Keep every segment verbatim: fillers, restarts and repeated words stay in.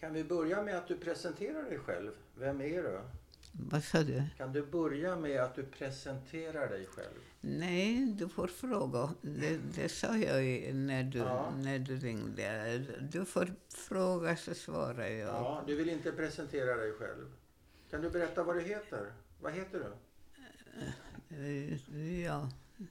Kan vi börja med att du presenterar dig själv? Vem är du? Vad sa du? Kan du börja med att du presenterar dig själv? Nej, du får fråga. Det, det sa jag ju när du, Ja. när du ringde. Du får fråga så svarar jag. Ja, du vill inte presentera dig själv. Kan du berätta vad du heter? Vad heter du? Eh, Ja.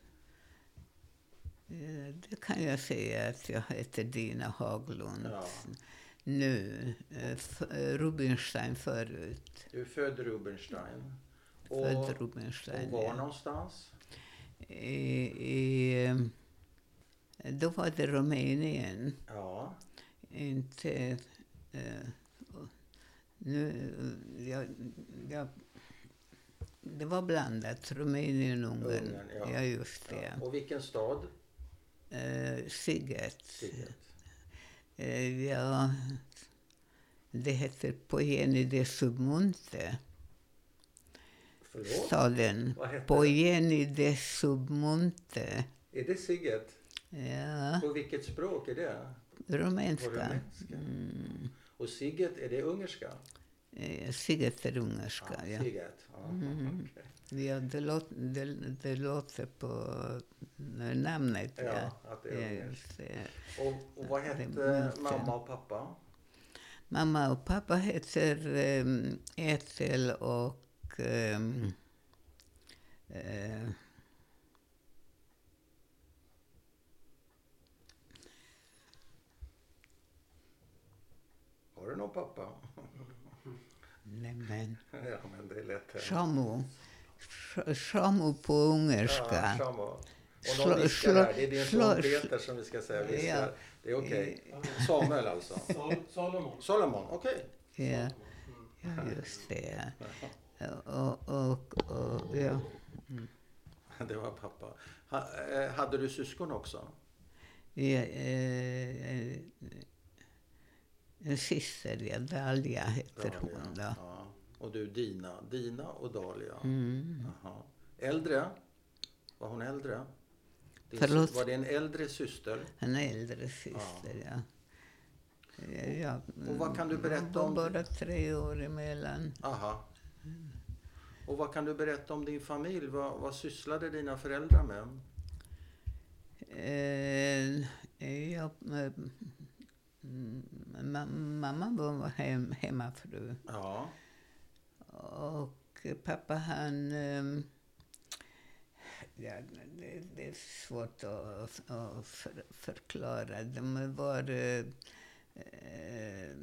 Eh, Det kan jag säga att jag heter Dina Haglund. Ja. Nu. eh, f- eh, Rubinstein förut. Du är född Rubinstein. Och, Född Rubinstein. och var ja. någonstans? I, i, eh, Då var det Rumänien. Ja. Inte... Eh, nu, jag, jag, det var blandat. Rumänien och Ungern. Ungern, ja. Ja, just det. Ja. Och vilken stad? Eh, Siget. Siget. Eh, ja, det heter Poieni de Submonte. Förlåt? Staden. Vad heter det? Poieni de Submonte. Är det Siget? Ja, På vilket språk är det? På rumänska. rumänska. Mm. Och Siget, är det ungerska? Eh, Siget är ungerska, ja. Siget. Ja. Mm. Okej. Ja, det, låt, det, det låter på namnet. Ja, Ja, att det är ja, ungerskt. just det. Och, och vad Det hette är mamma och pappa? Mamma och pappa heter um, Ethel och... Um, uh, Har du någon pappa? nej men... Ja, men det är lätt. hänt. Shamu. Sh- Shamu på ungerska. Ja, samma. Och Slå- någon viskar slå- här. Det är din slå- son Peter som vi ska säga viskar. Ja. Det är okej. Samuel alltså. Sal- Salomon. Solomon, okej. Ja, ja, just det. Ja. Och, och, och, ja. Det var pappa. Ha, eh, hade du syskon också? Ja, eh, en syster, ja, Dalia heter Dahlia, hon då. Ja. Och du Dina. Dina och Dahlia. Mm. Jaha. Äldre? Var hon äldre? Din, Förlåt? Var det en äldre syster? En äldre syster, ja. Ja, ja. Och vad kan du berätta De var om- bara tre år emellan. Aha. Och vad kan du berätta om din familj? Vad, vad sysslade dina föräldrar med? Eh, ja, eh, mm, ma- mamma var hem, hemmafru. Ja. Och pappa han... ehm, Ja, det, det är svårt att, att för, förklara. De var... Eh, eh,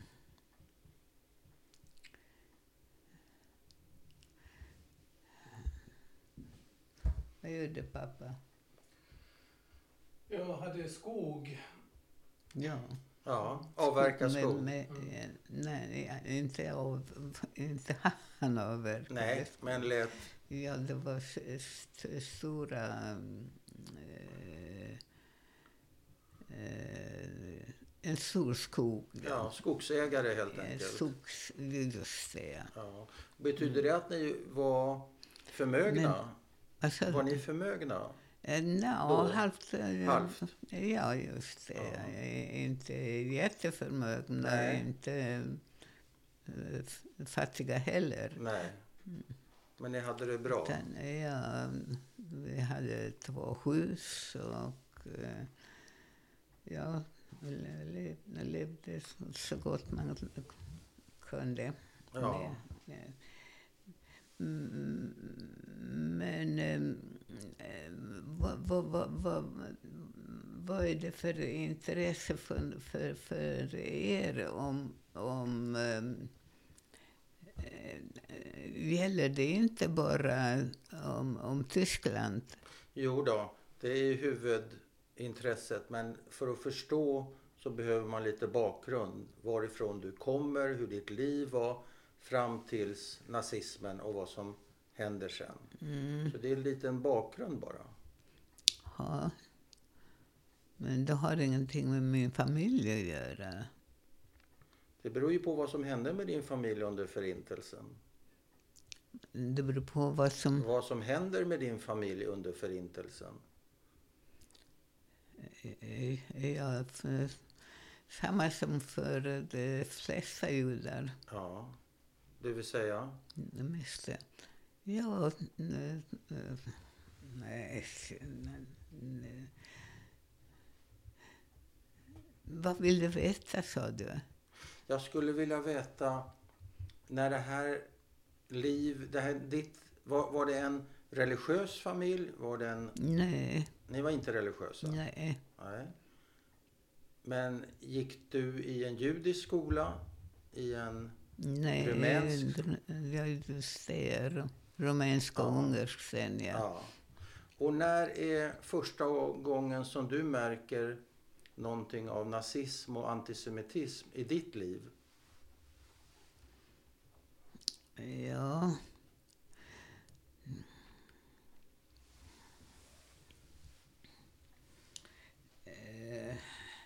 vad gjorde pappa? Jag hade skog. Ja. Ja. Avverka skog. Med, med, nej, inte, av, inte han avverkade. Nej, men lät... Ja, det var s- st- stora... Eh, eh, en stor skog. Ja, skogsägare helt En enkelt. skogs, just det. Ja. Betyder det att ni var förmögna? Alltså, Var ni förmögna? eh, Nå, då? halvt, eh, Halvt? Ja, just det. Ja. Eh, Inte jätteförmögna, Nej. inte eh, f- fattiga heller. Nej. Men ni hade det bra? Utan, ja, vi hade två hus och eh, ja, vi le- le- levde så- så gott man kunde. Ja. Med, med. Mm, Men eh, vad, vad, vad, vad, vad är det för intresse för, för, för er om, om eh, gäller det inte bara om, om Tyskland? Jo då, det är huvudintresset. Men för att förstå så behöver man lite bakgrund. Varifrån du kommer, hur ditt liv var fram tills nazismen och vad som händer sen. Mm. Så det är en liten bakgrund bara. Ja. Men det har ingenting med min familj att göra. Det beror ju på vad som hände med din familj under förintelsen. Det beror på vad som... Vad som händer med din familj under förintelsen. Ja, för, samma som för de flesta judar. Ja, det vill säga? Det mesta. Ja, nej, nej, nej. Vad vill du veta, sa du? Jag skulle vilja veta när det här liv, det här ditt, var, var det en religiös familj? Var det en... Nej. Ni var inte religiösa? Nej. Nej. Men gick du i en judisk skola? I en Nej, rumänsk? Ja, just det. Rumänsk och Ja. ungersk sen, ja. Ja. Och när är första gången som du märker någonting av nazism och antisemitism i ditt liv? Ja. Eh.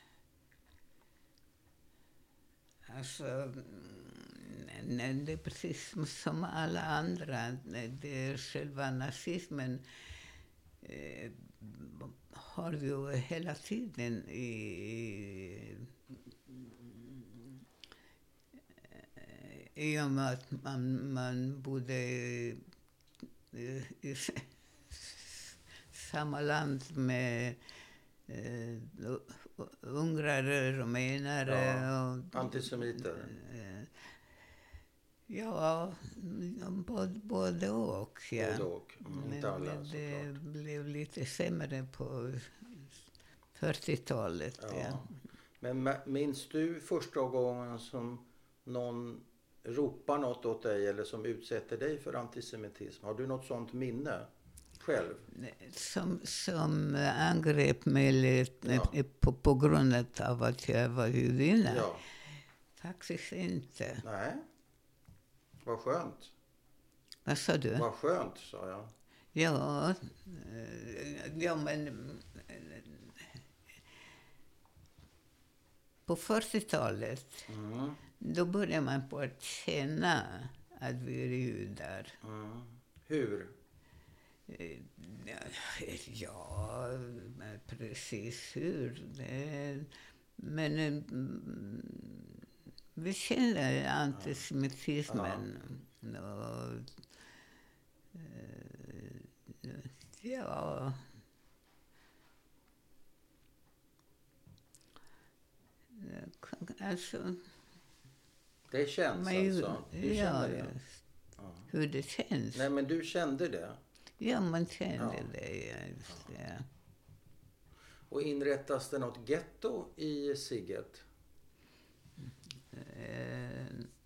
Alltså, nej, det är precis som alla andra. Det är själva nazismen eh, har ju hela tiden i, i och med att man, man bodde i, i, i samma land med eh, ungrare, rumänare Ja, och... antisemiter. Eh, ja, både, både och. Ja. Både och. Mm, Men, inte alla, men det såklart. blev lite sämre på fyrtiotalet. Ja. Ja. Men ma- minns du första gången som någon ropar något åt dig eller som utsätter dig för antisemitism? Har du något sånt minne själv? Som, som angrep mig lite, Ja. på, på grund av att jag var judinna? Ja. Faktiskt inte. Nej. Vad skönt. Vad sa du? Vad skönt, sa jag. Ja, eh, ja men eh, på fyrtiotalet Mm. då börjar man på att känna att vi är judar. Mm. Hur? Eh, Ja, precis hur. Det, men eh, vi känner antisemitismen. Och, eh, ja... Alltså... Det känns man ju- alltså? Du ja, känner det? just Ja. hur det känns. Nej, men du kände det? Ja, man kände Ja. det. Ja, just det. Och inrättas det något getto i Sigget? Eh,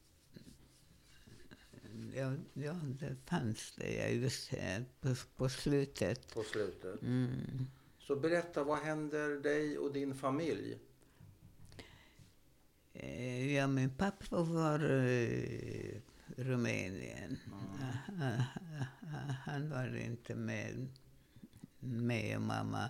ja, ja, det fanns det. Ja, just det. På, på slutet. På slutet. Mm. Så berätta, vad händer dig och din familj? Eh, ja, min pappa var i Rumänien. Han, han var inte med mig och mamma.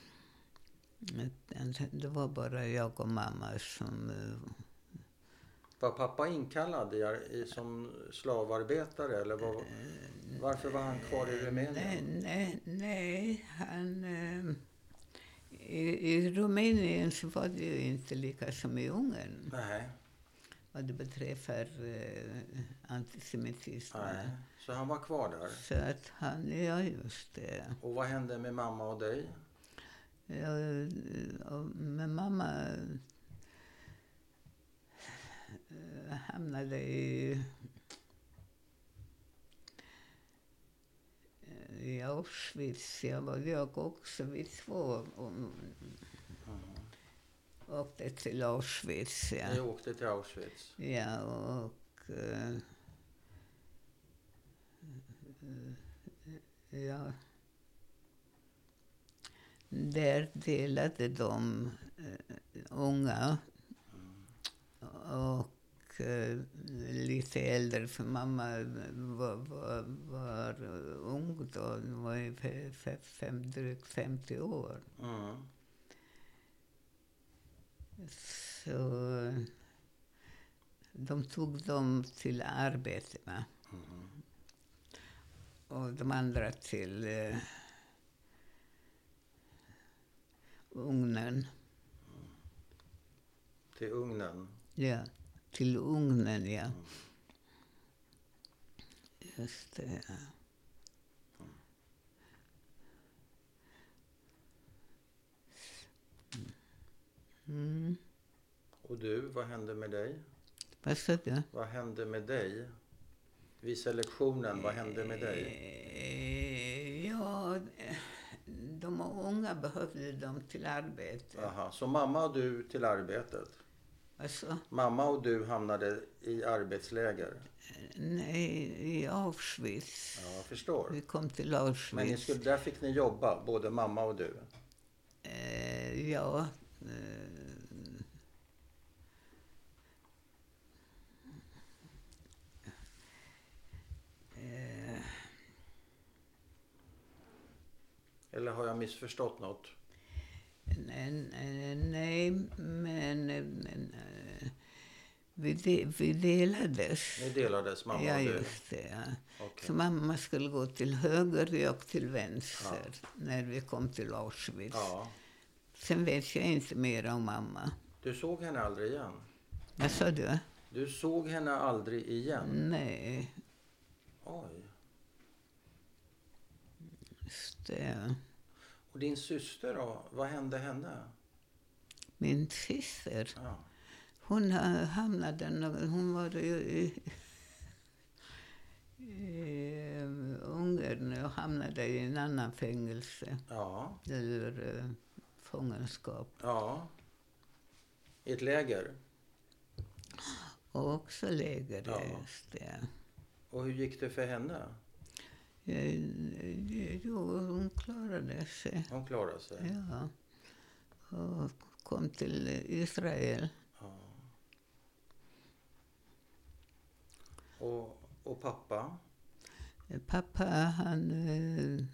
Det var bara jag och mamma som... Var pappa inkallad i, i, som slavarbetare? Eller var, varför var han kvar i Rumänien? Nej, nej, nej. Han... Eh, i, I Rumänien så var det ju inte lika som i Ungern. Nej. Vad det beträffar eh, antisemitism. Nej. Så han var kvar där. Så att han, ja just det. Och vad hände med mamma och dig? Ja, och med mamma eh, hamnade i, i Auschwitz. Jag var jag också vid två och, åkte till Auschwitz. Ja. Ni åkte till Auschwitz. Ja, och eh, ja, där delade de eh, unga och eh, lite äldre, för mamma var, var, var ung då, hon var ju fe- fe- fem, drygt femtio år. Mm. Så de tog dem till arbete, va? Mm. Och de andra till eh, ugnen. Till ugnen. Ja, till ugnen, ja. Just det. Mm. Och du, vad hände med dig? Vad sa du? Vad hände med dig? Visa lektionen, vad hände med dig? Eh, Ja, de unga behövde dem till arbete. Aha, så mamma och du till arbetet? Alltså, Mamma och du hamnade i arbetsläger? nej, i Auschwitz. Ja, jag förstår. Vi kom till Auschwitz. Men ni skulle, där fick ni jobba, både mamma och du? Eh, ja. Eh, eh, Eller har jag missförstått något? nej, nej, nej, men, men eh, vi, de, vi delades. Ni delades, mamma Ja, och du? just det. Ja. Okej. Så mamma skulle gå till höger, jag till vänster, när vi kom till Auschwitz. Ja. Sen vet jag inte mer om mamma. Du såg henne aldrig igen? Vad sa du? Du såg henne aldrig igen? Nej, Oj. just det. Och din syster då? Vad hände henne? Min syster, Ja. hon ha- hamnade, nå- hon var ju i, i Ungern och hamnade i en annan fängelse, Ja. eller uh, fångenskap. Ja. I ett läger? Och också läger, Ja. just det. Och hur gick det för henne? Eh, Jo, hon klarade sig. Hon klarade sig? Ja. Och kom till Israel. Ja. Och, och pappa? Pappa, han, eh,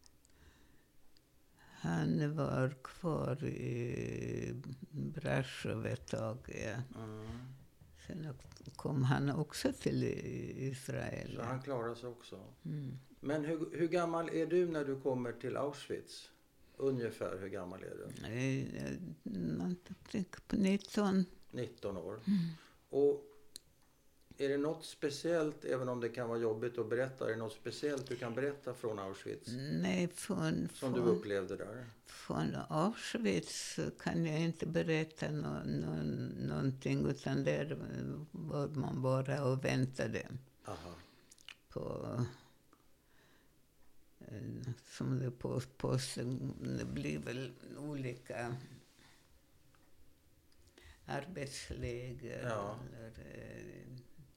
han var kvar i Brasov ett tag. Ja. Mm. Sen kom han också till Israel. Så han klarade sig också. Mm. Men hur, hur gammal är du när du kommer till Auschwitz? Ungefär hur gammal är du? Eh, Man tänker på nitton. nitton år. Och är det något speciellt, även om det kan vara jobbigt att berätta, är det något speciellt du kan berätta från Auschwitz? Nej, från, Som du från, upplevde där? från Auschwitz kan jag inte berätta no, no, någonting, utan där var man bara och väntade Aha. på, eh, som det på posten, det blir väl olika arbetsläger. Ja. Eller, eh,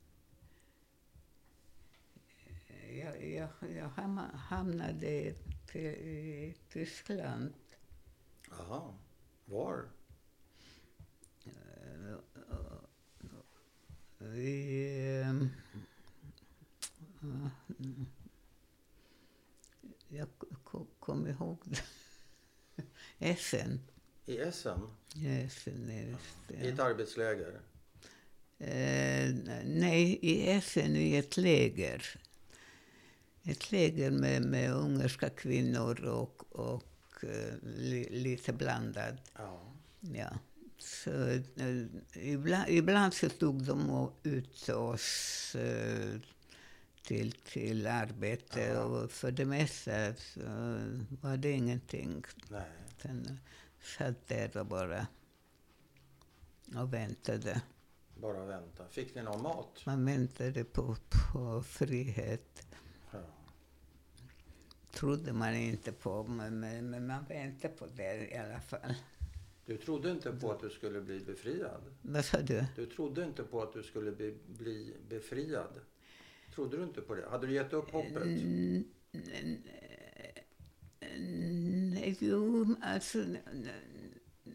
jag, jag, jag hamna- hamnade till, i Tyskland. Aha. Var? I, eh, jag ko- kommer ihåg det. Essen. I Essen? Essen, just I ett det. arbetsläger? Eh, nej, i Essen i ett läger. Ett läger med, med ungerska kvinnor och, och eh, li, lite blandad. Ja. Ja. Så, eh, ibland, ibland så tog de ut oss eh, till, till arbete, Ja. och för det mesta så var det ingenting. Nej. Sen satt där och bara och väntade. Bara vänta. Fick ni någon mat? Man väntade på, på frihet. Ja. Trodde man inte på, men, men, men man väntade på det i alla fall. Du trodde inte på att du skulle bli befriad? Vad sa du? Du trodde inte på att du skulle bli, bli befriad? Trodde du inte på det? Hade du gett upp hoppet? Mm, n- Nej, jo, alltså... n- n-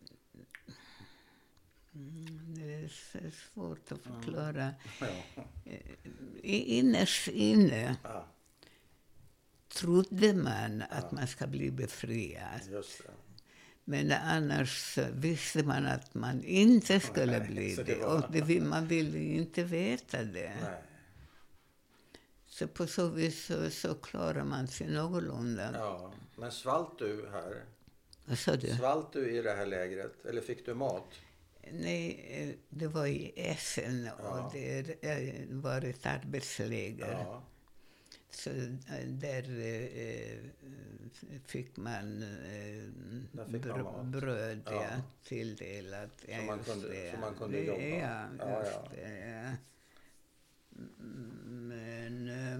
mm, Det är så svårt att förklara. Ja. I innerst inne Ja, trodde man att Ja. man ska bli befriad. just det. Men annars visste man att man inte skulle Nej, bli så det det. var- Och det, vill- man ville inte veta det. Nej. Så på så vis så, så klarar man sig någorlunda. Ja. Men svalt du här? Vad sa du? Svalt du i det här lägret? Eller fick du mat? Nej, det var i Essen och Ja. det var ett arbetsläger. Ja. Så där eh, fick man, eh, Där fick man br- mat. bröd Ja. ja, tilldelat. Ja, Så man just kunde- det, så ja. man kunde Det- jobba. Ja, Ja, just ja. det. Ja. Men eh,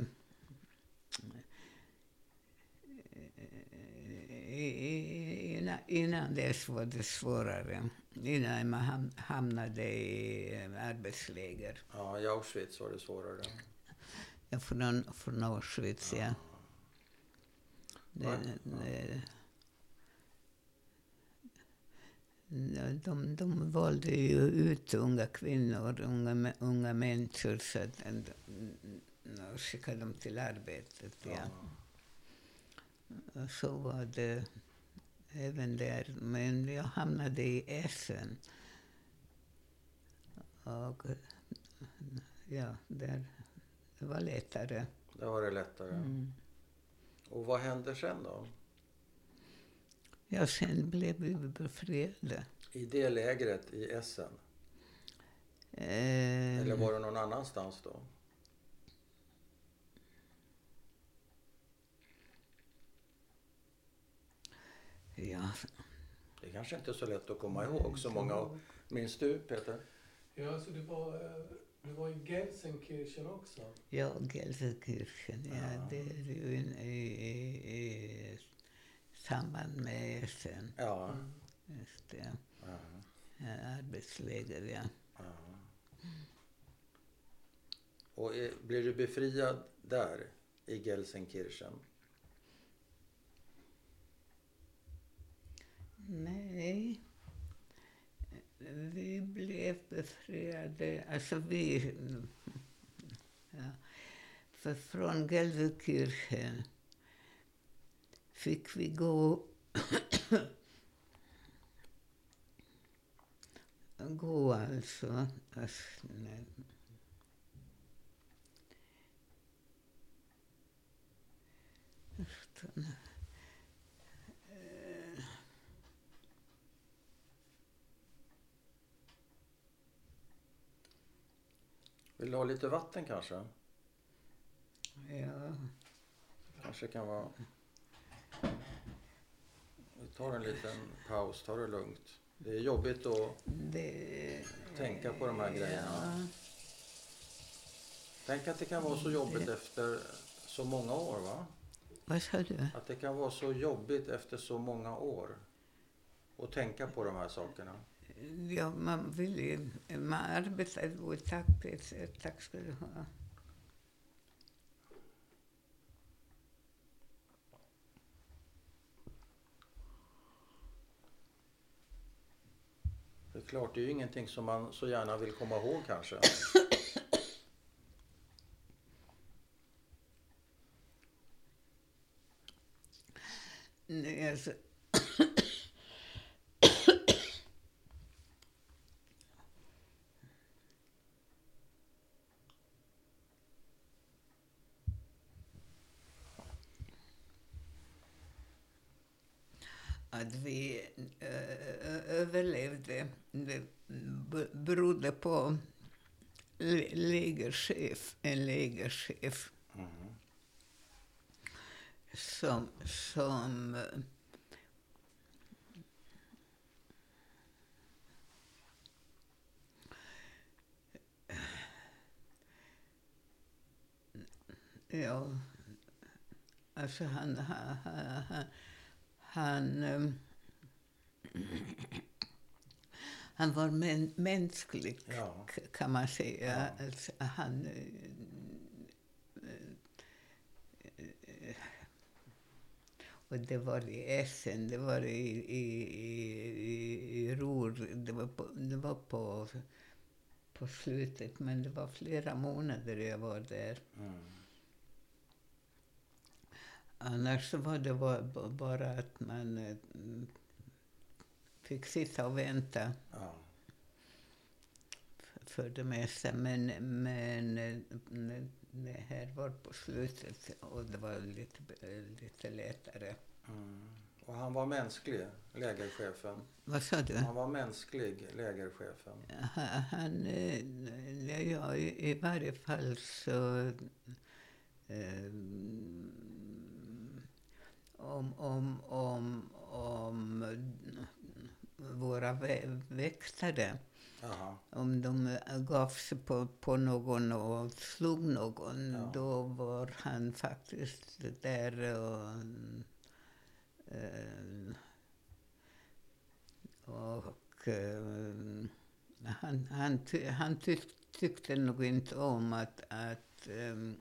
i- i- innan, innan dess var det svårare. Innan man ham- hamnade i eh, arbetsläger. Ja, i Auschwitz var det svårare. Ja, från, från Auschwitz, ja. Det, Ja. det, de, de, de valde ju ut unga kvinnor, unga, mä- unga människor, så att de, de skickade dem till arbetet. Ja. Och så var det även där. Men jag hamnade i Essen. Och ja, där, det var lättare. Där var det lättare. Mm. Och vad hände sen då? Ja, sen blev vi befriade. I det lägret i Essen? Eh, Eller var det någon annanstans då? ja, Det kanske inte är så lätt att komma ihåg så många år. Minns du, Peter? Ja, så det var, eh, det var i Gelsenkirchen också. ja, Gelsenkirchen, ja, Ja. det är ju in, i, i, i samband med Essen. Ja. Mm. Just det. Ja. Ja, arbetsläger, ja. Ja. Och är, blir du befriad där i Gelsenkirchen? Nej, vi blev befriade, alltså vi, ja, för från Gelsenkirchen fick vi gå gå alltså, alltså nej. Just det. Eh, Vill du ha lite vatten kanske? Ja, Kanske kan vara... Vi tar en liten paus, ta det lugnt. Det är jobbigt att det... tänka på de här grejerna. Ja, Tänk att det kan vara så jobbigt efter så många år, va? vad sa du? Att det kan vara så jobbigt efter så många år. Och tänka på de här sakerna. Ja, man vill ju... Man arbetar ju... Tack, Peter. Tack ska du ha. Det är klart, det är ju ingenting som man så gärna vill komma ihåg kanske. Nej, alltså... Att vi äh, överlevde, det b- berodde på lä- lägerchef, en lägerchef Mm. som, som eh, ja, alltså han, han, han, han, ehm, han var men, mänsklig, Ja. k- kan man säga. Ja. Alltså, han... eh, eh, Och det var i Essen, det var i, i, i, i, i Ruhr, det var, på, det var på, på slutet, men det var flera månader jag var där. Mm. Annars så var det bara, bara att man eh, fick sitta och vänta Ja. för det mesta. Men, men eh, det här var på slutet och det var lite, lite lättare. Mm. Och han var mänsklig, lägerchefen. Vad sa du? Han var mänsklig, lägerchefen. Han, han eh, ja, i, i varje fall så eh, om, om, om, om våra vä- väktare, Jaha. om de gav sig på, på någon och slog någon, Ja. då var han faktiskt där och eh, och eh, han, han, ty, han tyck, tyckte nog inte om att, att um,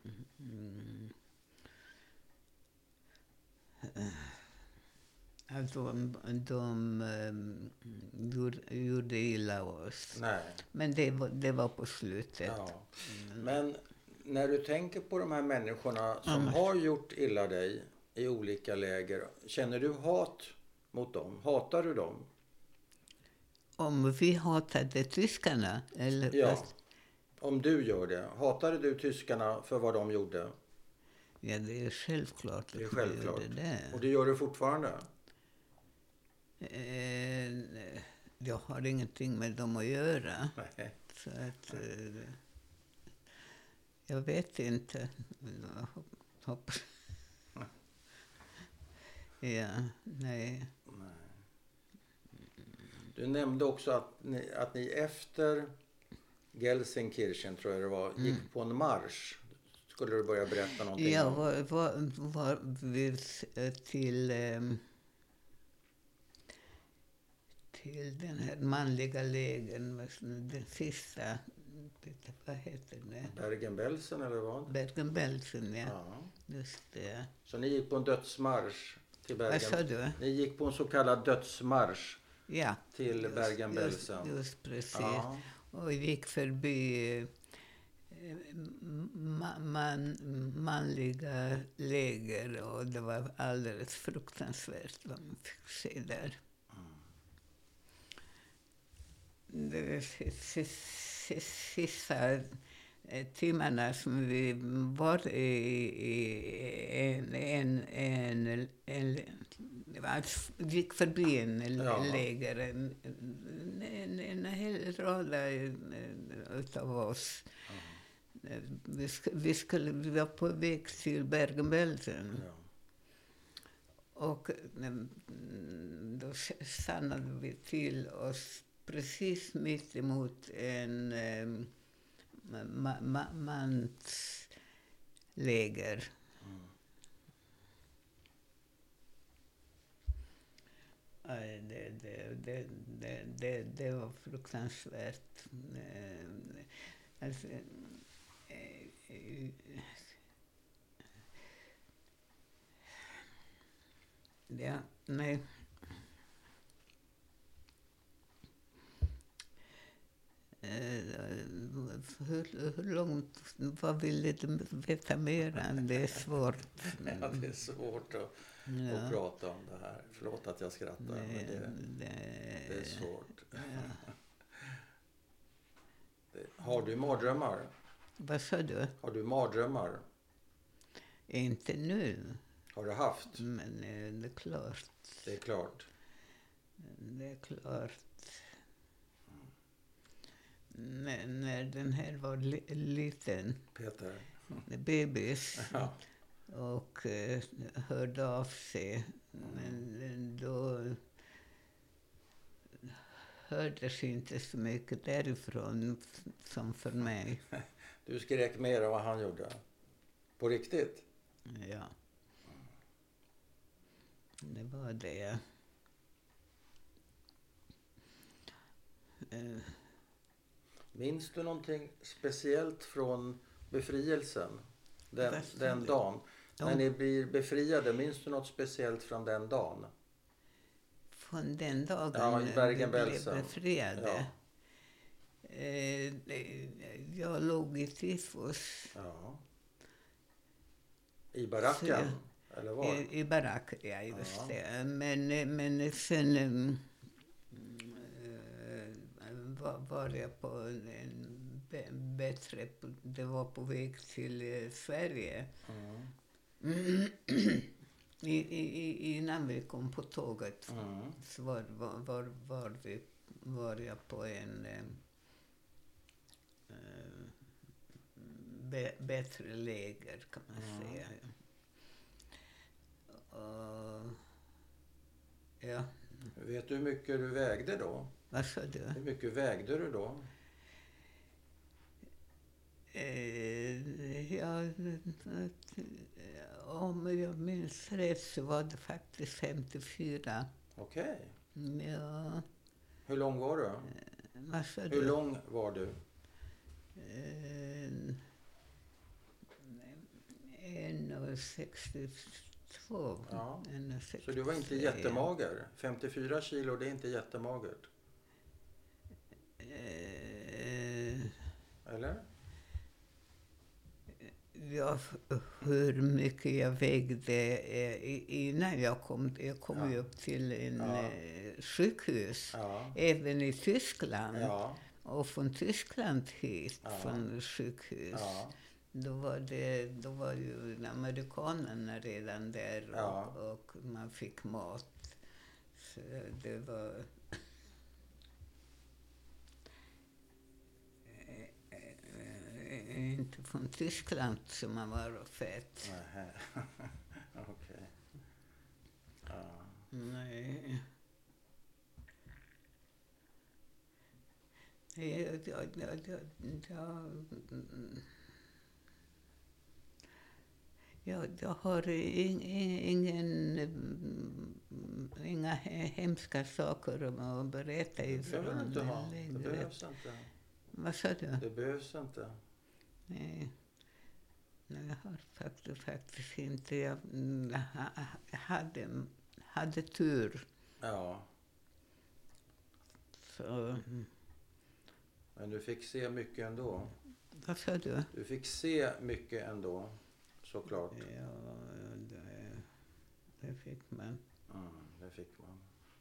att de, de um, gjorde, gjorde illa oss. Nej. Men det var, det var på slutet. Ja. Men när du tänker på de här människorna som Mm. har gjort illa dig i olika läger, känner du hat mot dem? Hatar du dem? Om vi hatade tyskarna, eller Ja. vad? Om du gör det, hatade du tyskarna för vad de gjorde? Ja, det är självklart att Det är vi självklart. gjorde det. Och det gör du fortfarande? Eh, jag har ingenting med dem att göra. Nej. Så att, eh, jag vet inte. Jag hoppas. Ja, nej. Du nämnde också att ni, att ni efter Gelsenkirchen, tror jag det var, gick på en marsch. Skulle du börja berätta någonting Jag om? var, var, var vi till, ehm, till den här manliga lägern, den sista, vad heter det? Bergen-Belsen eller vad? Bergen-Belsen, ja. Ja. Just det. Så ni gick på en dödsmarsch till Vad sa Bergen. du? Ni gick på en så kallad dödsmarsch Ja. till Just, Bergen-Belsen. just precis. Ja. Och vi gick förbi eh, ma- man, manliga läger och det var alldeles fruktansvärt vad man fick se där. Det sista eh, timmarna som vi var i, i en, en, en, en, alltså, gick förbi en Ja. läger, en, en, en hel rad eh, utav oss. Eh, Vi, sk- vi, skulle, vi var på väg till Bergen-Belsen. Ja. Och mm, då stannade vi till oss precis mitt emot en um, ma- ma- mans läger. Aj, Det, det, det, det, det, det var fruktansvärt. Eh, Alltså, eh, eh, ja, nej. Eh, Hur, hur långt, vad vill du veta mer? Det är svårt. Ja, det är svårt att, Ja. att prata om det här. Förlåt att jag skrattar, men Det, det, det, det är svårt. ja. Det, har du mardrömmar? Vad sa du? Har du mardrömmar? Inte nu, Har du haft? men eh, det är klart. Det är klart. Det är klart. När, när den här var li, liten, Peter? bebis, Ja. och eh, hörde av sig, men då hördes inte så mycket därifrån som för mig. Du skrek mer än vad han gjorde? På riktigt? Ja. Det var det. Eh, Minns du någonting speciellt från befrielsen? Den, Vad sa den du? dagen. De- När ni blir befriade, minns du något speciellt från den dagen? Från den dagen Ja, i vi blev Bergen-Belsen. befriade. Ja. Eh, det- jag låg i tifus Ja. I baracken? Eller var? i, i barack, ja just Ja. det. Men, men sen um, eh, var, var jag på en b- bättre, det var på väg till eh, Sverige. Mm. I, i, innan vi kom på tåget Mm. så var, var, var, var, vi, var jag på en eh, eh, be, bättre läger, kan man Mm. säga. Och, ja, Vet du hur mycket du vägde då? vad sa du? Hur mycket vägde du då? Eh, ja, om jag minns rätt så var det faktiskt femtiofyra. Okej. Ja, Hur lång var du? vad sa Hur du? lång var du? Eh, en och sextiotvå. Ja. En och Så du var inte sextiotre. jättemager? femtiofyra kilo, det är inte jättemagert. Eh, Eller? ja, hur mycket jag vägde eh, innan jag kom. Jag kom Ja. ju upp till en Ja. eh, sjukhus. Ja. Även i Tyskland. Ja. Och från Tyskland hit, Ja. från sjukhus. Ja. Då var, det, då var ju amerikanerna redan där och, Ja. och man fick mat. Så det var... Eh, inte från Tyskland som man var fett. Nähä. Okej. Ja. Nej. Jag, jag, jag, jag, jag, jag, jag har in, ingen, inga hemska saker att berätta Det behöver du inte ha. Det längre. behövs inte. Vad sa du? Det behövs inte. Nej. Nej, jag har faktiskt, faktiskt inte. Jag, jag hade, hade tur. Ja. Så, Men du fick se mycket ändå. vad sa du? Du fick se mycket ändå. Såklart. Ja, det, det fick man. Mm, det fick man.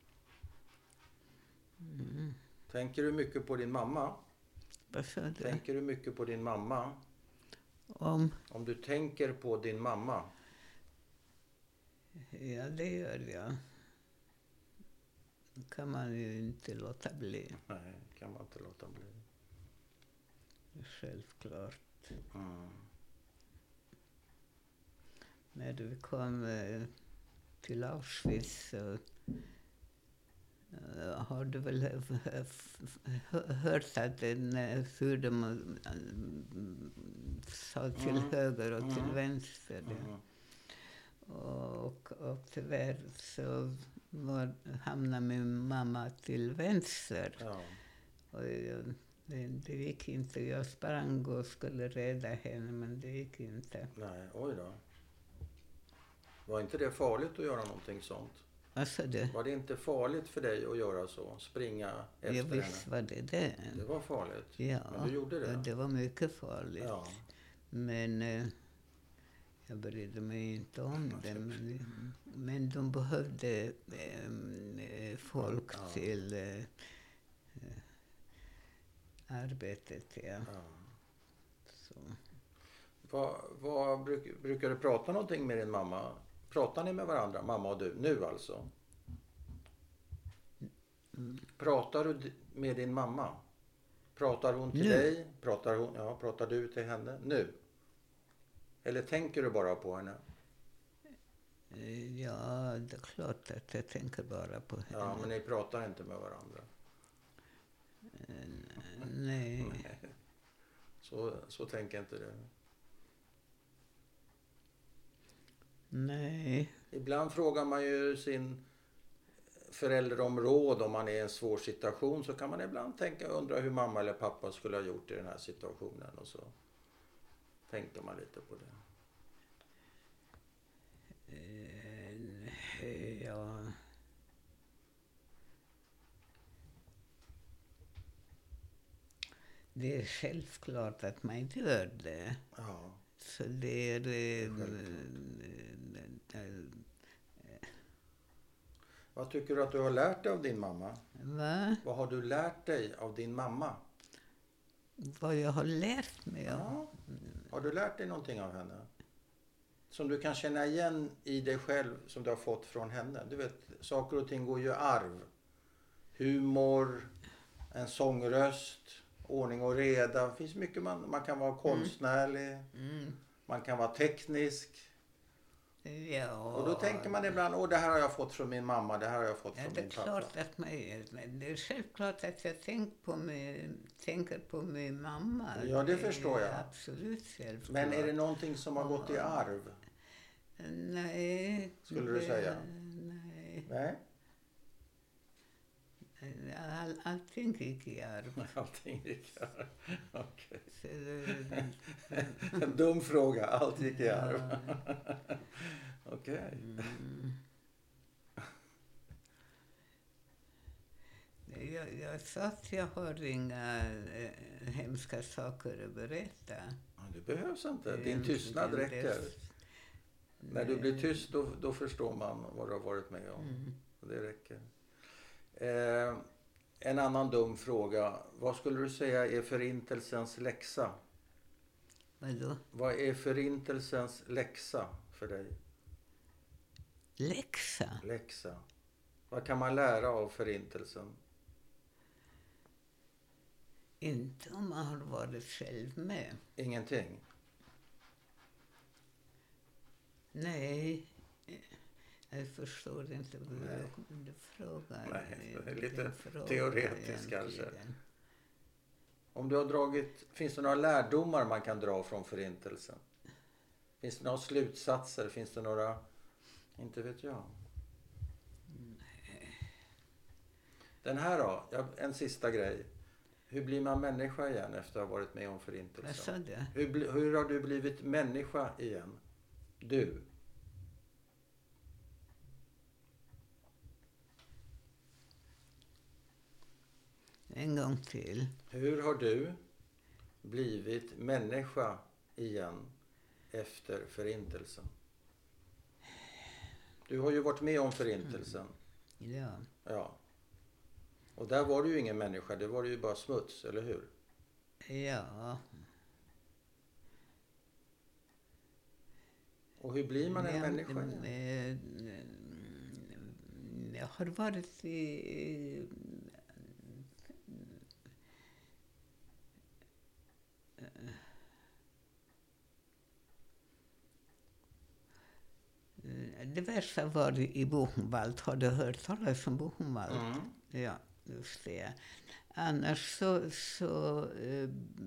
Mm. Tänker du mycket på din mamma? Vad sa du? Tänker du mycket på din mamma? Om? Om du tänker på din mamma. Ja, det gör jag. Det kan man ju inte låta bli. Nej, kan man inte låta bli. Självklart. Mm. När vi kom eh, till Auschwitz så eh, har du väl h- h- hört att den, eh, hur de eh, sa till Mm. höger och till Mm. vänster. Mm. Och, och tyvärr så var, hamnade min mamma till vänster. Ja. Och jag, det, det gick inte. Jag sprang och skulle rädda henne, men det gick inte. Nej, oj då. Var inte det farligt att göra någonting sånt? Vad sa du? Var det inte farligt för dig att göra så? Springa efter Ja, henne? visst var det det. Det var farligt. Ja, Men du gjorde det? och det var mycket farligt. Ja. Men eh, jag brydde mig inte om det. Men, men de behövde eh, folk Ja. till eh, eh, arbetet. Ja. Ja. Så. Vad, vad bruk, brukar du prata någonting med din mamma? Pratar ni med varandra, mamma och du? Nu alltså? Mm. Pratar du d- med din mamma? Pratar hon till Nu? dig? Pratar, hon, ja, pratar du till henne? Nu? Eller tänker du bara på henne? Eh, Ja, det är klart att jag tänker bara på henne. Ja, men ni pratar inte med varandra. Nej. Så, så tänker inte du. Nej. Ibland frågar man ju sin förälder om råd om man är i en svår situation. Så kan man ibland tänka, undra hur mamma eller pappa skulle ha gjort i den här situationen. Och så tänker man lite på det. Eh, Ja. Det är självklart att man inte gör det. Ja. Så det är... eh, Självklart. eh, Vad tycker du att du har lärt dig av din mamma? Va? Vad har du lärt dig av din mamma? Vad jag har lärt mig av? Ja. Har du lärt dig någonting av henne? som du kan känna igen i dig själv som du har fått från henne? Du vet, saker och ting går ju i arv. Humor, en sångröst, ordning och reda. Det finns mycket man, man kan vara konstnärlig, Mm. man kan vara teknisk. Ja. Och då tänker man ibland, åh det här har jag fått från min mamma, det här har jag fått Ja, från det är min pappa. klart att man, det är självklart att jag tänk på mig, tänker på min mamma. Ja, det förstår jag. är absolut självklart. Men är det någonting som har gått i arv? Nej. Skulle du det- säga? Nej. Nej, All, allting gick i arv. allting gick i arv. Okej. Så det- En dum fråga, allt gick i arv. Okej. Mm. Jag, jag sa att jag har inga eh, hemska saker att berätta. Ja, det behövs inte, din Egentligen tystnad det- räcker. När du blir tyst då, då förstår man vad du har varit med om. Mm. Och det räcker. Eh, en annan dum fråga. Vad skulle du säga är förintelsens läxa? Vadå? Vad är förintelsens läxa för dig? Läxa? Läxa. Vad kan man lära av förintelsen? Inte om man har varit själv med. Ingenting. Nej. Jag förstår inte vad Nej. du, du frågar. Nej, det är lite Din fråga teoretiskt kanske. egentligen. Om du har dragit, finns det några lärdomar man kan dra från förintelsen? Finns det några slutsatser? Finns det några, inte vet jag. Den här då, ja, en sista grej. Hur blir man människa igen efter att ha varit med om Vad förintelsen? sa du? Hur, bli- hur har du blivit människa igen? Du. En gång till. Hur har du blivit människa igen efter förintelsen? Du har ju varit med om förintelsen. Ja. Ja. Och där var du ju ingen människa, det var ju bara smuts, eller hur? Ja. Och hur blir man en Ja, människa igen? eh, Jag har varit i... Det värsta var i Buchenwald. Har du hört talas om Buchenwald? Mm. Ja, just det. Annars så... så eh,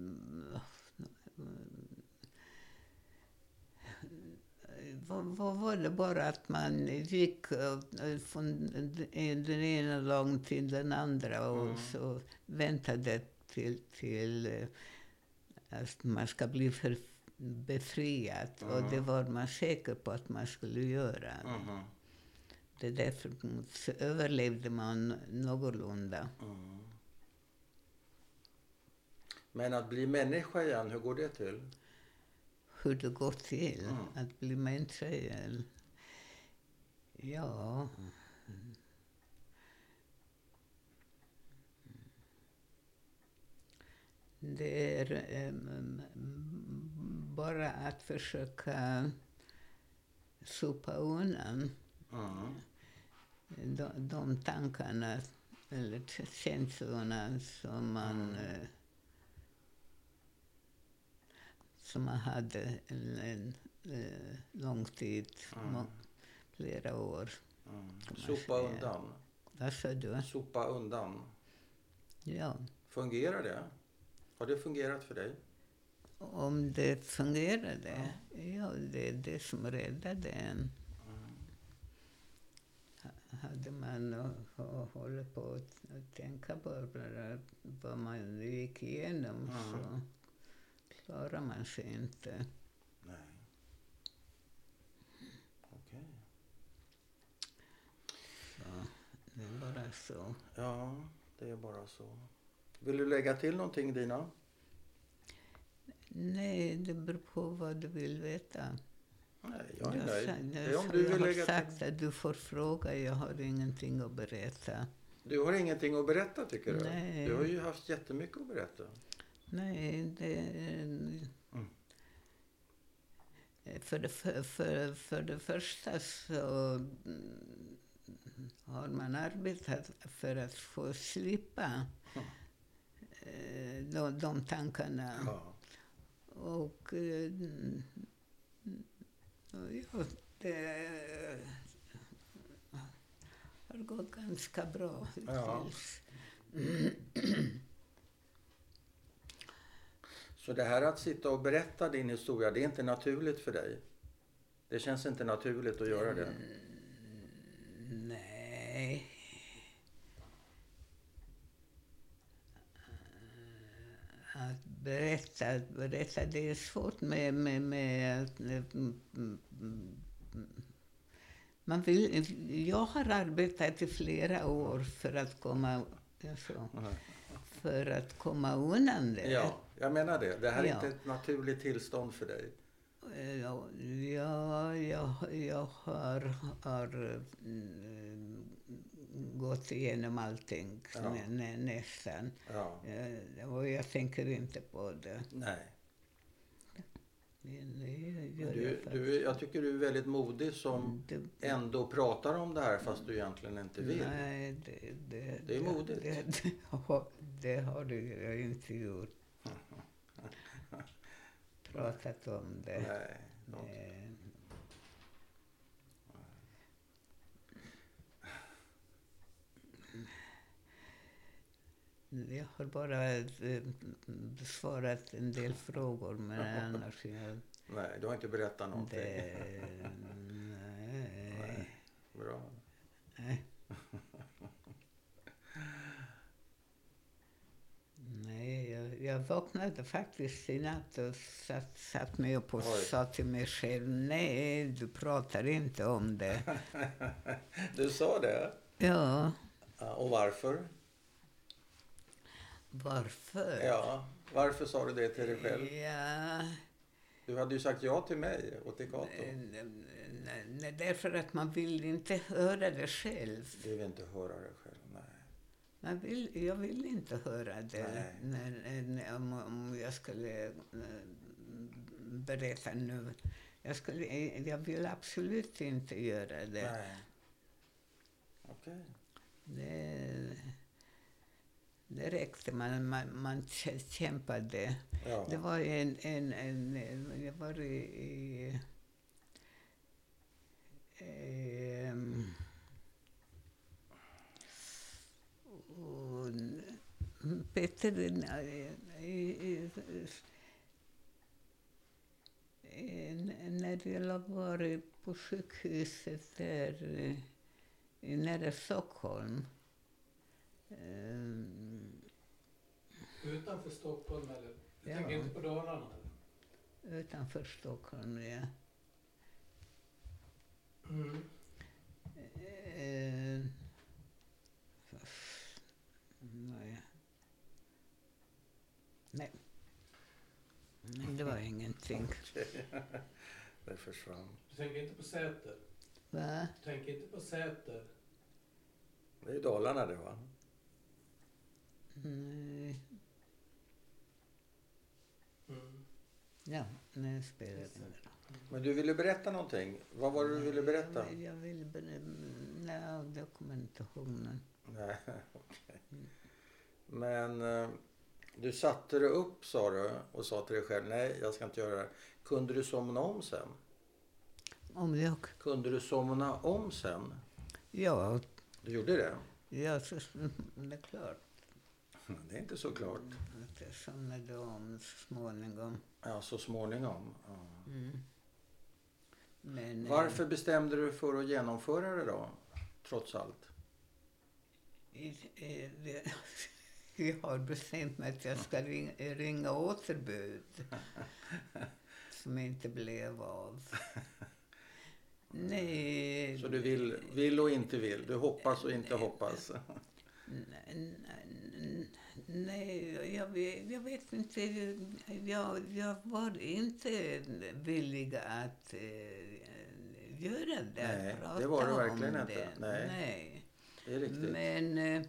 vad, vad var det bara att man gick eh, från den ena dagen till den andra och Mm. så väntade till, till eh, att man ska bli för, befriad. Mm. Och det var man säker på att man skulle göra. Mhm. Det är därför så överlevde man någorlunda. Mm. Men att bli människa igen, hur går det till? Hur det går till Mm. att bli människa igen. Ja... Det är em, bara att försöka sopa undan Mm. de, de tankarna eller känslorna som man, Mm. eh, som man hade en, en eh, lång tid, Mm. må, flera år. Mm. Kan man Sopa säga. undan. Vad sa du? Sopa undan. Ja. Fungerar det? Har det fungerat för dig? Om det fungerade, ja, det är det som räddade en. Hade man och, och hållit på att att tänka på bara vad man gick igenom Mm. så klarar man sig inte. Nej. Okej. Så det är bara så. Ja, det är bara så. Vill du lägga till någonting, Dina? Nej, det beror på vad du vill veta. Nej, jag är Jag nöjd. sa- Det jag är om sa- du jag vill har lägga sagt till. att du får fråga, jag har ingenting att berätta. Du har ingenting att berätta, tycker du? Nej. Du har ju haft jättemycket att berätta. Nej, det är... Mm. för, det, för, för, för det första så har man arbetat för att få slippa eh, de, de tankarna. Ja. Och eh, ja, det har gått ganska bra Ja. hittills. Så det här att sitta och berätta din historia, det är inte naturligt för dig? Det känns inte naturligt att göra det? Nej. Att berätta, att berätta, det är svårt med, med, med att... Man vill, jag har arbetat i flera år för att komma, alltså, för att komma undan det. Ja, jag menar det. Det här är Ja. inte ett naturligt tillstånd för dig. Ja, ja jag, jag har, har mm, gått igenom allting, Ja. nä, nä, nästan. Ja. Eh, Och jag tänker inte på det. Nej. Men det gör jag Du, faktiskt. du, jag tycker du är väldigt modig som Det- ändå pratar om det här fast du egentligen inte vill. Nej, det, det, Det är modigt. Det, det, har- det har du jag inte gjort. Pratat om det. Nej. Ja. Eh, Jag har bara eh, besvarat en del frågor, men annars... Jag, Nej, du har inte berättat någonting. det, nej. Nej. Bra. Nej. Nej, jag, jag vaknade faktiskt i natt och satt, satt mig upp och Oj. sa till mig själv, nej, du pratar inte om det. Du sa det? Ja, Ja, och varför? varför? Ja, varför sa du det till dig själv? Ja, Du hade ju sagt ja till mig och till Kato. nej, nej, därför att man vill inte höra det själv. Du vill inte höra det själv, nej. Man vill, jag vill inte höra det Nej. när, när, om, om jag skulle eh, berätta nu. Jag, skulle, jag vill absolut inte göra det. Nej. Okej. Det, det räckte. Man, man, man kä- kämpade. Ja. Det var en... en, en, en jag var i... i ehm, och Peter, i, i, i, när jag var på sjukhuset där i nära Stockholm. ehm, Utanför Stockholm eller? Du Ja. tänker inte på Dalarna? Eller? Utanför Stockholm, ja. Mm. Eh, nej. Nej. Nej, det var ingenting. Okej. Det försvann. Du tänker inte på Säter? Va? Du tänker inte på Säter? Det är ju Dalarna det, va? Nej. Mm. Ja, nu spelar det ingen roll. Men du ville berätta någonting. Vad var det du ville berätta? Jag, jag vill berätta... Nej, dokumentationen. Nej, okej. Men eh, du satte dig upp, sa du, och sa till dig själv, nej, jag ska inte göra det här. Kunde du somna om sen? Om jag... Kunde du somna om sen? Ja, Du gjorde det? ja så, det är klart Det är inte så klart. att jag somnade om så småningom. Ja, så småningom. Ja. Mm. Men, Varför bestämde du för att genomföra det då? Trots allt. eh, eh, det- jag har bestämt mig att jag ska ringa, ringa återbud. Som inte blev av. Nej. Så du vill, vill och inte vill. Du hoppas och inte hoppas. Nej, nej, nej jag, vet, jag vet inte. Jag, jag var inte villig att eh, göra det. Nej, prata det var du om verkligen inte. det. Nej. Nej. Det är riktigt. Men... Eh,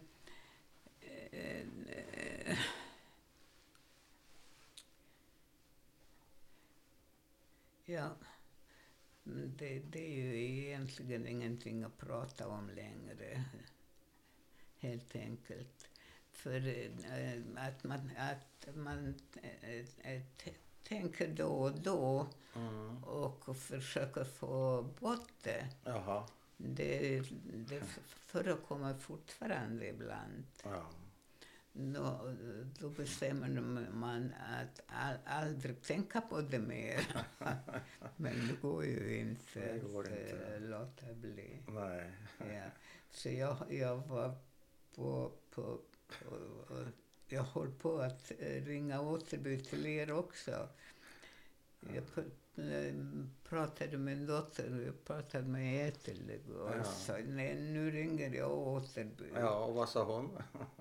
eh, ja. det, det är ju egentligen ingenting att prata om längre. Helt enkelt. För äh, att man, att man äh, äh, t- tänker då och då Mm. och försöker få bort det. Jaha. Det, det förekommer fortfarande ibland. Ja. Då, då bestämmer man att all, aldrig tänka på det mer. Men det går ju inte Det går att inte. äh, låta bli. Nej. Ja. Så jag, jag var på, på, på jag höll på att ringa Återby till er också. Jag pratade med min dotter, jag pratade med Ethel och Ja. sa, nej, nu ringer jag Återby. Ja, och vad sa hon?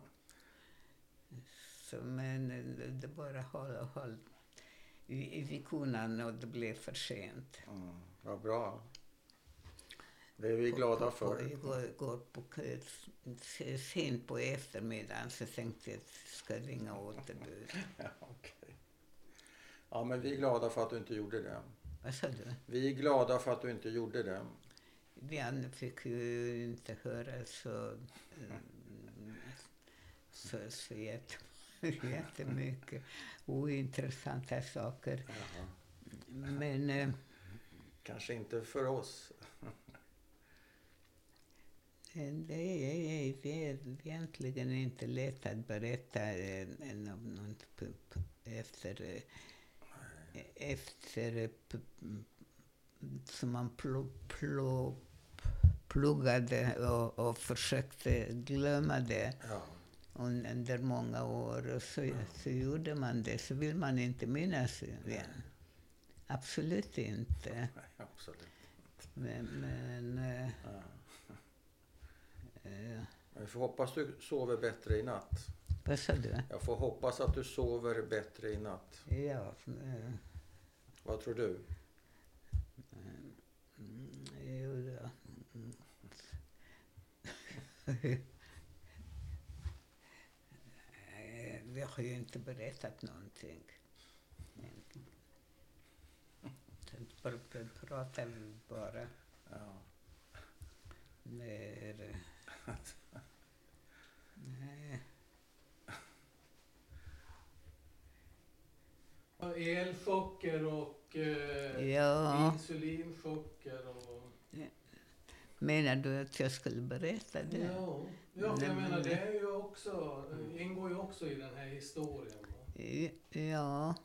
Så, men det bara höll, höll i, i vikunnan och det blev för sent. Mm. Vad bra. Det är vi glada för. Igår, igår på, sent på eftermiddagen så tänkte jag att jag ska ringa Återby. Ja, okej. Ja, men vi är glada för att du inte gjorde det. Vad sa du? Vi är glada för att du inte gjorde det. Vi fick ju inte höra så, så, så jätte, jättemycket ointressanta saker. Jaha. Men eh, Kanske inte för oss. det är, det är egentligen inte lätt att berätta eh, om något p- p- efter, eh, efter eh, p- som man pl, pl, pluggade och, och försökte glömma det. Ja. Under många år och så, så gjorde man det, så vill man inte minnas igen. Absolut inte. Nej, absolut. Men, men äh, Ja. äh, Jag får hoppas du sover bättre i natt. vad sa du? Jag får hoppas att du sover bättre i natt. Ja, äh, Vad tror du? mm, jo då. Vi har ju inte berättat någonting. Så pratar vi bara. Ja. När, nej. Elchocker och eh, Ja. insulinchocker och... Menar du att jag skulle berätta det? Ja, ja för jag Nej, menar men- det är ju också, ingår ju också i den här historien. Va? Ja,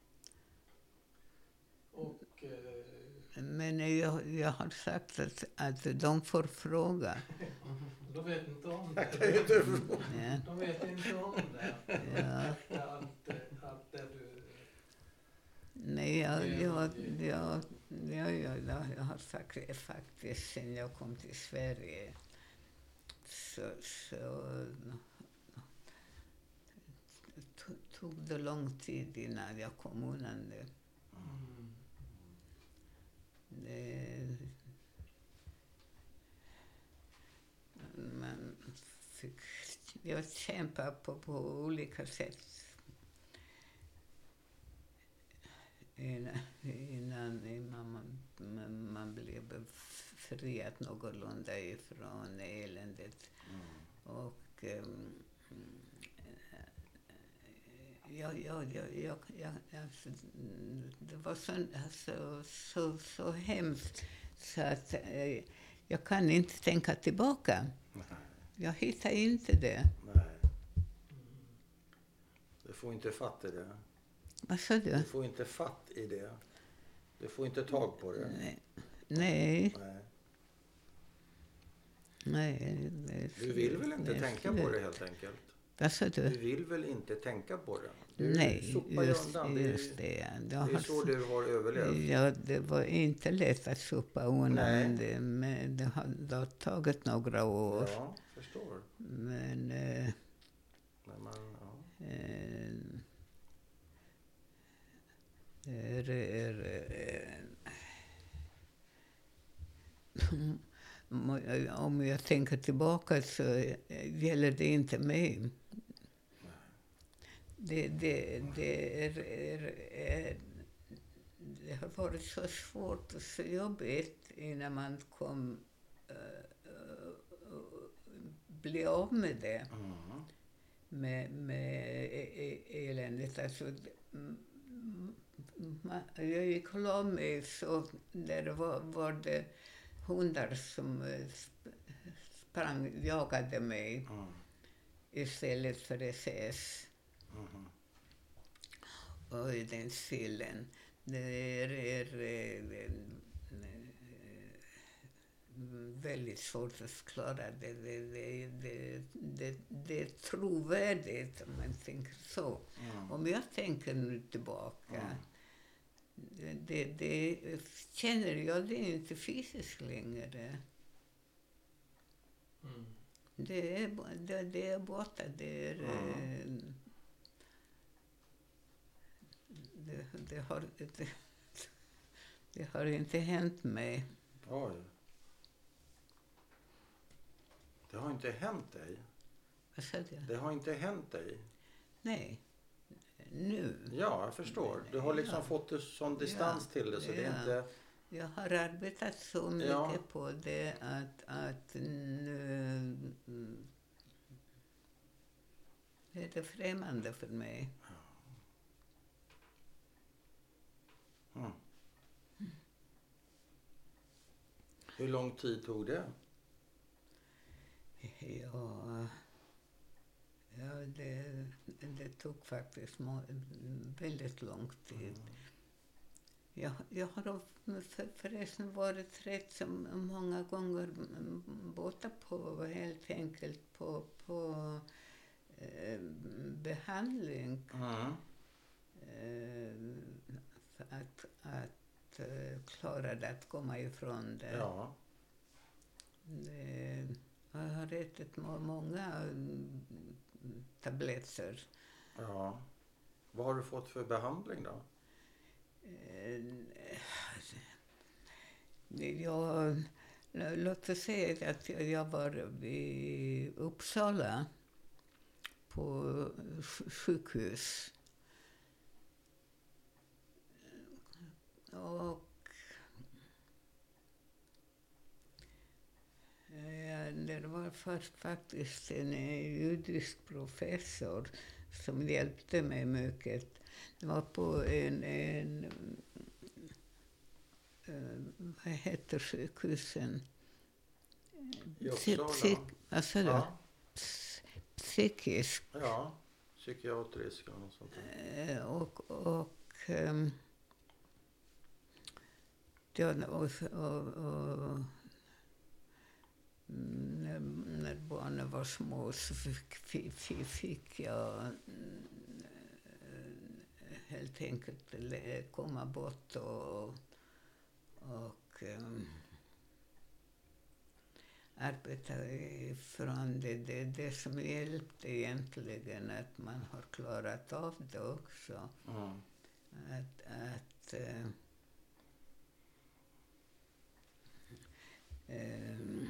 Och eh, men jag, jag har sagt att, att de får fråga. de vet inte om Jag kan ju det. inte förstå. Ja, De vet inte om det. ja. Allt, allt det du... Nej, jag, jag, jag, jag, jag, jag har sagt det faktiskt sen jag kom till Sverige. Så, så tog, tog det lång tid innan jag kom undan det. Mm. det man fick, jag kämpade på, på olika sätt innan, innan, innan man, man, man blev befriad någorlunda ifrån eländet. Mm. Och um, ja, ja, ja, ja, ja, alltså, det var så, alltså, så, så hemskt så att eh, jag kan inte tänka tillbaka. Nej. Jag hittar inte det. Nej. Du får inte fatt i det. Vad sa du? Du får inte fatt i det. Du får inte tag på det. Nej. Nej. Nej. Nej det, Du vill väl inte det, tänka på det helt enkelt? Vad sa Du du? vill väl inte tänka på det? Du Nej, sopar ju just, undan. Det är, just det. Jag det har är så du har överlevt. Ja, det var inte lätt att sopa undan, Nej. men det, men det, har, det har tagit några år. Ja, förstår. Men eh, Men man, ja. eh, är, är, är, om jag tänker tillbaka så gäller det inte mig. Det, det, det, är, är, är, det har varit så svårt och så jobbigt innan man kom uh, uh, bli av med det. Mm. Med, med e- e- eländet. Alltså, mm, ma- jag gick och la mig, så där var, var det hundar som eh, sp- sprang, jagade mig Mm. istället för S S. Mm. Och i den stilen. Det är, är, är, är väldigt svårt att förklara. Det, det, det, det, det, det är trovärdigt om man tänker så. Mm. Om jag tänker nu tillbaka, Mm. det, det, det känner jag det är inte fysiskt längre. Mm. Det är, det, det är borta. Det, är, Mm. eh, det, det, har, det, det har inte hänt mig. Oj. Det har inte hänt dig. Vad sa du? Det har inte hänt dig. Nej. Nu. Ja, jag förstår. Du har liksom Ja. fått en sån distans Ja. till det, så det är Ja. inte... Jag har arbetat så mycket Ja. på det att, att nu mm, det är det främmande för mig. Mm. Hur lång tid tog det? Ja, ja det, det tog faktiskt må, väldigt lång tid. Mm. Jag, jag har för, förresten varit rätt så många gånger borta på, helt enkelt på, på eh, behandling. Mm. Eh, för att, att eh, klara det, att komma ifrån det. Ja. det jag har ätit må- många mm, tabletter. Ja. Vad har du fått för behandling då? Eh, jag, låt oss säga att jag var i Uppsala på sj- sjukhus. Och ja, det var först faktiskt en eh, judisk professor som hjälpte mig mycket. Det var på en, en eh, vad heter sjukhusen? I Psy- Uppsala? psyk- vad sa du? Ja. Ps- Psykisk. Ja. Psykiatrisk och något sånt där. Eh, och och ehm, ja, och, och, och mm, när, när barnen var små så fick, fick, fick, fick jag mm, eh, helt enkelt le- komma bort och, och um, arbeta ifrån det. Det är det som hjälpte egentligen, att man har klarat av det också. Mm. Att, att eh, ehm,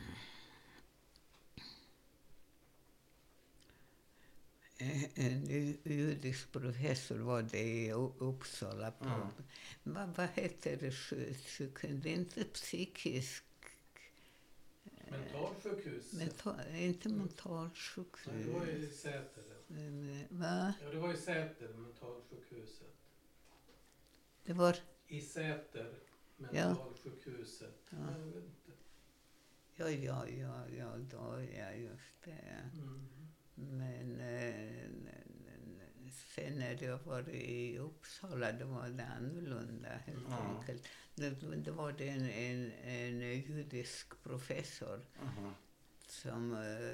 en judisk professor var det i U- Uppsala. På, Mm. vad, vad heter det? sjuk- sjuk- Det är inte psykisk, Mentalsjukhus. mental, inte Nej, det var mentalsjukhus. i Säter. Men, va? Ja, det var i Säter, mentalsjukhuset. Det var, I Säter, mentalsjukhuset. Ja. Jag vet inte. ja, ja, ja, ja, då, ja, just det. Mm. Men eh, sen när jag var i Uppsala, då var det annorlunda helt Ja. enkelt. Det, det var det en, en, en judisk professor Mhm. som eh,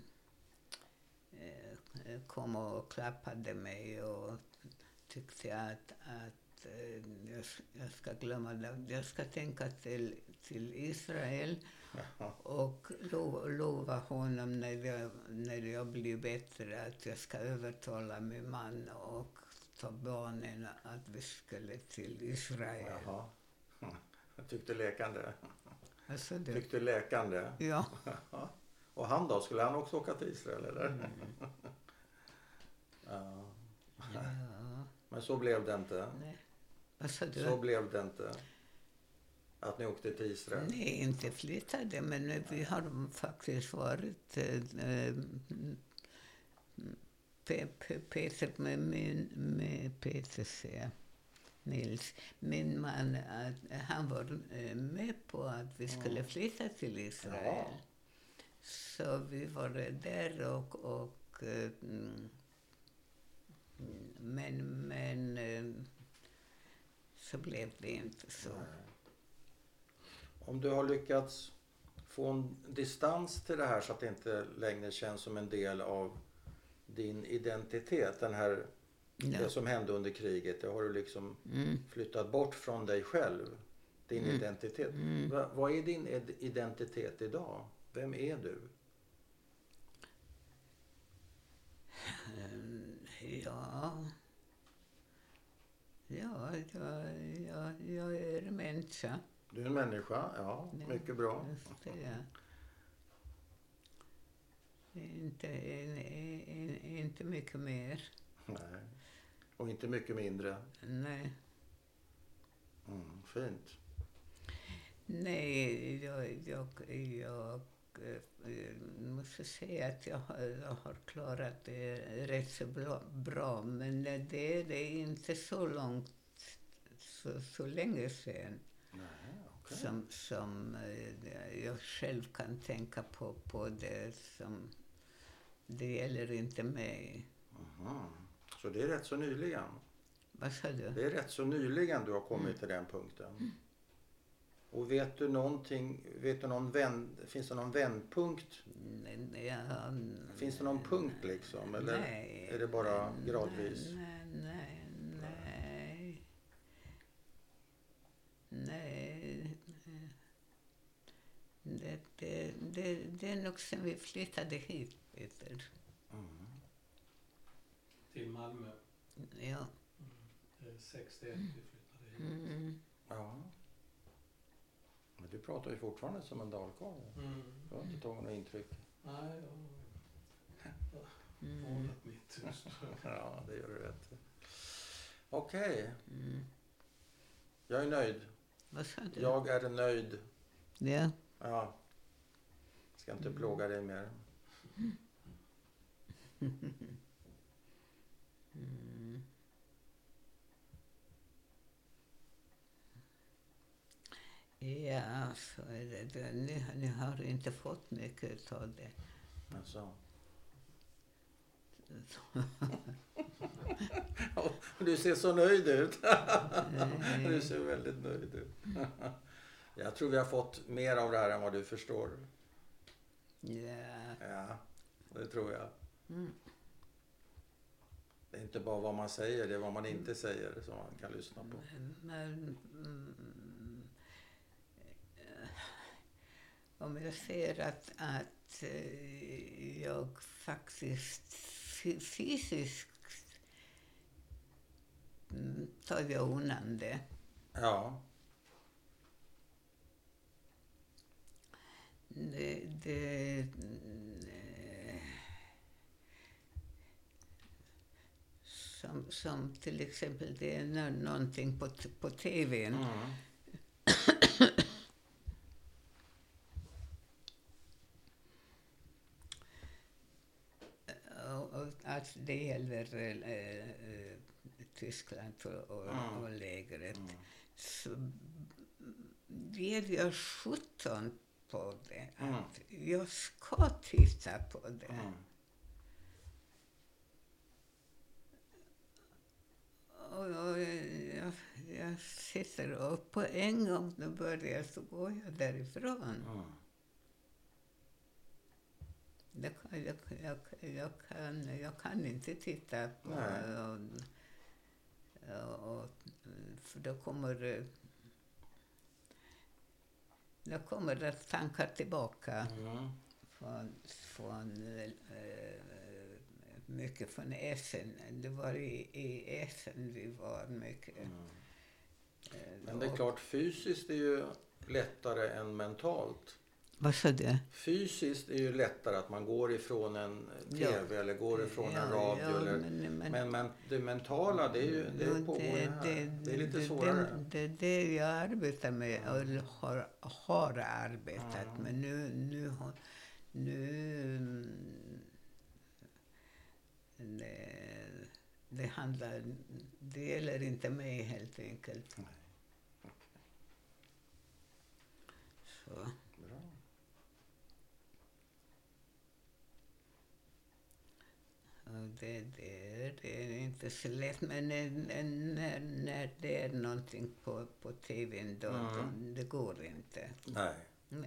eh, kom och klappade mig och tyckte att, att eh, jag, jag ska glömma det. Jag ska tänka till, till Israel Jaha. och lo, lova honom när jag, när jag blir bättre att jag ska övertala min man och ta barnen att vi skulle till Israel. Jaha. Jag tyckte läkande. Alltså det, Tyckte läkande. ja. Och han då? Skulle han också åka till Israel eller? Mm. Ja. Ja, Men så blev det inte. nej. Vad sa du? Så blev det inte. Att ni åkte till Israel. Nej, inte flyttade, men vi har faktiskt varit äh, Peter med, med, med Peter säger Nils, min man, att han var med på att vi skulle flytta till Israel. Ja. Så vi var där och, och men, men så blev det inte så. Nej. Om du har lyckats få en distans till det här så att det inte längre känns som en del av din identitet, den här, Ja. det som hände under kriget, det har du liksom Mm. flyttat bort från dig själv, din Mm. identitet. Mm. Va, vad är din ed- identitet idag? Vem är du? Mm, Ja, ja, jag, jag, jag är en människa. Du är en människa, ja, Ja, mycket bra. just det, ja. Inte, en, en, inte mycket mer. Nej. Och inte mycket mindre. Nej, Mm, fint. nej jag, jag, jag eh, måste säga att jag har, jag har klarat det rätt så bra, bra men det, det är inte så långt, så, så länge sedan. Nej, okej. Som, som eh, jag själv kan tänka på, på det som det gäller inte mig. Mhm. Så det är rätt så nyligen. Vad sa du? Det är rätt så nyligen du har kommit till den punkten. Och vet du någonting, vet du någon vänd, finns det någon vändpunkt? Nej, ja, Finns det någon punkt liksom? Eller nej, är det bara gradvis? Nej, nej, nej. Nej. Det, det, det, det är nog sen vi flyttade hit, Peter. Mm. Till Malmö. Ja. Mm. Det är sextioett vi flyttade hit. Mm. Ja. Men du pratar ju fortfarande som en dalkarl. Mm. Du har inte tagit några intryck. Nej, jag har Mm. ordnat mitt hus. Ja, det gör du rätt i. Okej, Mm. jag är nöjd. Vad sa du? Jag är nöjd. Ja. Ja. Ska inte plåga dig mer. Mm. Ja, så är det. det. Ni, ni har inte fått mycket av det. Alltså. Du ser så nöjd ut. Du ser väldigt nöjd ut. Jag tror vi har fått mer av det här än vad du förstår. Ja. Ja, det tror jag. Mm. Det är inte bara vad man säger, det är vad man inte säger som man kan lyssna på. Men mm, eh, om jag säger att, att eh, jag faktiskt fy- fysiskt mm, tar jag undan det. Ja, Det, det eh, som, som till exempel det är nå- någonting på, t- på tvn. mm. Och, och att det gäller eh, eh, Tyskland och, och, Mm. och lägret. Mm. Så ger jag sjutton på det. Mm. Att jag ska titta på det. Mm. Och, och jag, jag sitter och på en gång då börjar så går jag därifrån. Mm. Jag, kan- jag, jag, jag, kan, jag kan inte titta på Nej. och, och, och, för då kommer det- då kommer det tankar tillbaka Mm. från, från eh, mycket från Essen. Det var i, i Essen vi var mycket. Mm. eh, Men det är och- klart, fysiskt är ju lättare än mentalt. Vad sa du? Fysiskt är ju lättare att man går ifrån en tv Ja. eller går ifrån Ja, en radio. ja, eller, men- men- men, men det mentala, det är ju det Ja, pågår ju här. Det, är lite det, svårare. Det, det, det jag arbetar med och har, har arbetat Mm. med. Nu, nu, har- nu mm, det, det handlar, det gäller inte mig helt enkelt. Nej. Så. Bra. Och det, det, det är inte så lätt, men en- en- när, när det är någonting på, på tvn då, Mm. då det går inte. Nej. Nej.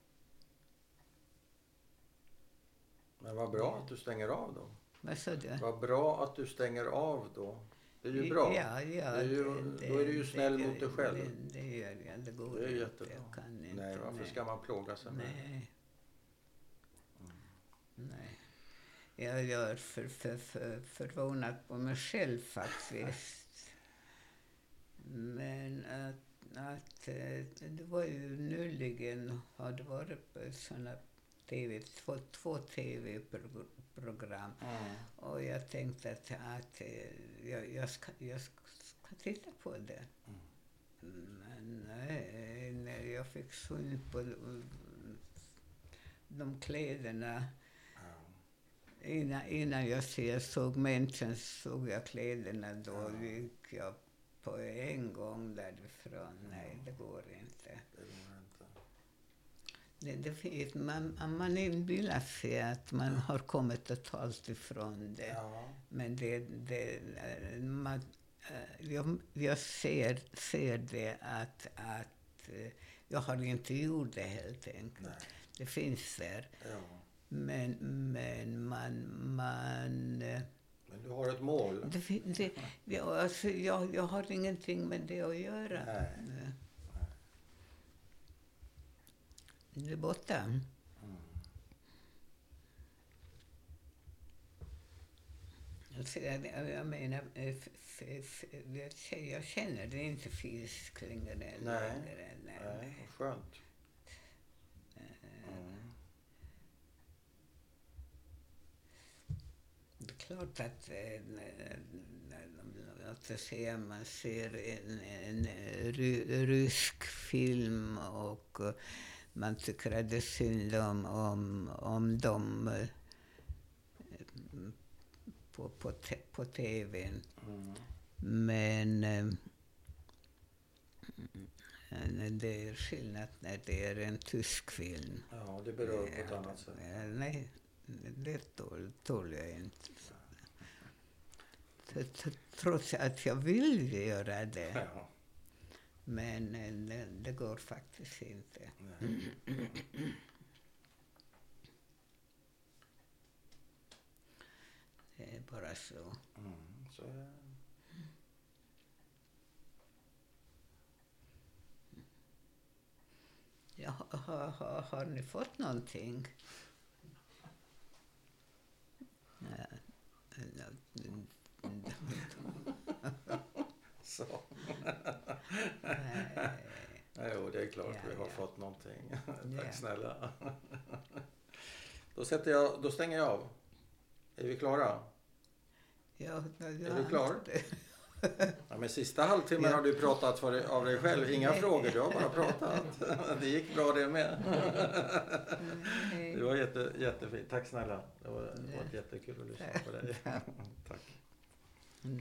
Men vad bra att du stänger av då. Vad sa du? Vad bra att du stänger av då. Det är ju bra. Ja, ja, Det är ju- då är du ju snäll det mot dig gör- själv. Det, det gör jag. Det går Det är inte. jättebra. Jag kan inte. Nej, varför ska man plåga sig med det? Nej. Nej. Jag gör för, för, för, förvånad på mig själv faktiskt. Men att, att eh, det var ju nyligen, har det varit på såna tv, två, två tv-program. Mm. Och jag tänkte att, att eh, jag, jag, ska, jag ska titta på det. Men nej, när jag fick syn på de, de kläderna. Innan, innan jag ser- såg människan såg jag kläderna. Då gick jag på en gång därifrån. Nej, det går inte. Det går inte. Det, det finns, man, man inbillar sig att man har kommit totalt ifrån det. Ja. Men det, det, eh, man, eh, jag, jag ser, ser det att, att eh, jag har inte gjort det helt enkelt. Nej. Det finns där. Ja. Men, men man... man eh, Men du har ett mål. det, fin- det, ja, alltså, jag, jag har ingenting med det att göra. Nej. Nej. Det är borta. Mm. Alltså, jag, jag menar, eh, f, f, f, jag, k- jag känner det inte fysiskt längre. Nej. längre nej, Nej, nej. vad skönt. Mm. Det är klart att eh, när- när- låt oss säga man ser en, en ry, rysk film och eh, man tycker att det är synd om, om, om dem eh, på, på, te, på tvn. Mm. Men eh, eh, det är skillnad när det är en tysk film. Ja, det berör på ett annat sätt. Eh, Nej, det tål, tål jag inte. T- t- Trots att jag vill göra det. Ja. Men eh, det, det går faktiskt inte. Nej. Det är bara så. Mm. Så är det. Ja, har, har, har ni fått någonting? Ja. Så. Nej. Jo, det är klart Ja, vi har ja. fått någonting. Ja. Tack snälla. Då, sätter jag, då stänger jag av. Är vi klara? Ja, ja, Är du klar? det- Ja, men sista halvtimmen Ja. har du pratat för dig, av dig själv. Inga Nej. frågor, du har bara pratat. Det gick bra det med. Det var jätte, jättefint. Tack snälla. Det var, det var jättekul att lyssna på dig. Tack.